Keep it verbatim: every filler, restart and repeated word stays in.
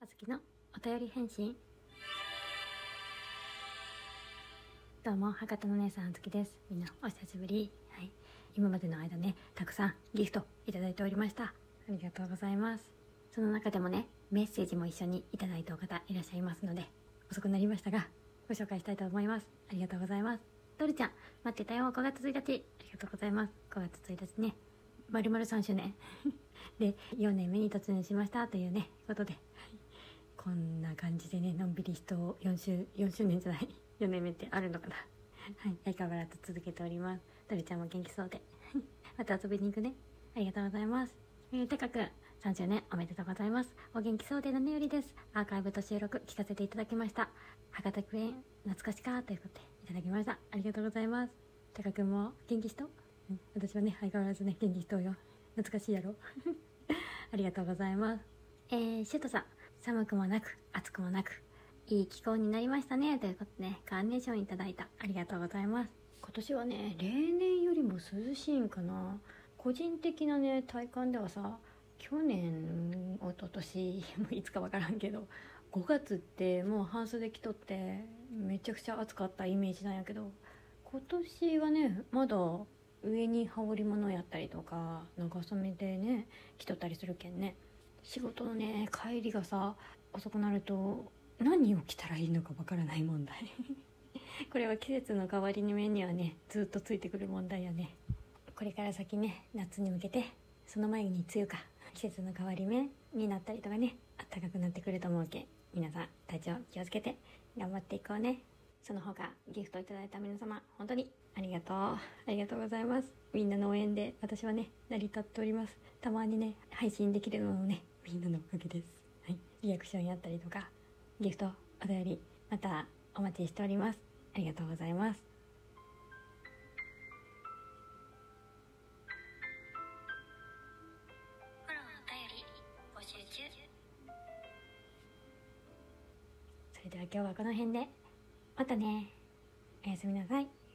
あずきのお便り返信。どうも博多の姉さんあずきです。みんなお久しぶり。はい、今までの間ね、たくさんギフトいただいておりました。ありがとうございます。その中でもね、メッセージも一緒にいただいたお方いらっしゃいますので、遅くなりましたがご紹介したいと思います。ありがとうございます。ドルちゃん、待ってたよ。ごがつついたち、ありがとうございます。ごがつついたちね、まるまるさんしゅうねんでよねんめに突入しましたというねことで、こんな感じでね、のんびり人をよん周よん周年じゃないよねんめってあるのかなはい、相変わらず続けております。ドルちゃんも元気そうでまた遊びに行くね。ありがとうございます。えー、てかくんさんじゅうねんおめでとうございます。お元気そうで何よりです。アーカイブと収録聞かせていただきました。博多区園懐かしかということでいただきました。ありがとうございます。てかくんも元気しと、うん、私はね相変わらずね元気しとうよ。懐かしいやろありがとうございます。えー、シュトさん、寒くもなく暑くもなくいい気候になりましたねということで、ね、カーネーションいただいた。ありがとうございます。今年はね、例年よりも涼しいんかな。個人的なね体感ではさ、去年一昨年もういつかわからんけどごがつってもう半袖着とってめちゃくちゃ暑かったイメージなんやけど、今年はねまだ上に羽織物やったりとか長袖でね着とったりするけんね。仕事のね帰りがさ遅くなると何を着たらいいのかわからない問題これは季節の変わり目にはねずっとついてくる問題やね。これから先ね夏に向けて、その前に梅雨か季節の変わり目になったりとかね、暖かくなってくると思うけん、皆さん体調気をつけて頑張っていこうね。その他ギフトいただいた皆様本当にありがとうありがとうございます。みんなの応援で私はね成り立っております。たまにね配信できるのもねみんなのおかげです。はい、リアクションやったりとかギフトお便りまたお待ちしております。ありがとうございます。フォローお便り募集中。それでは今日はこの辺で、またね。おやすみなさい。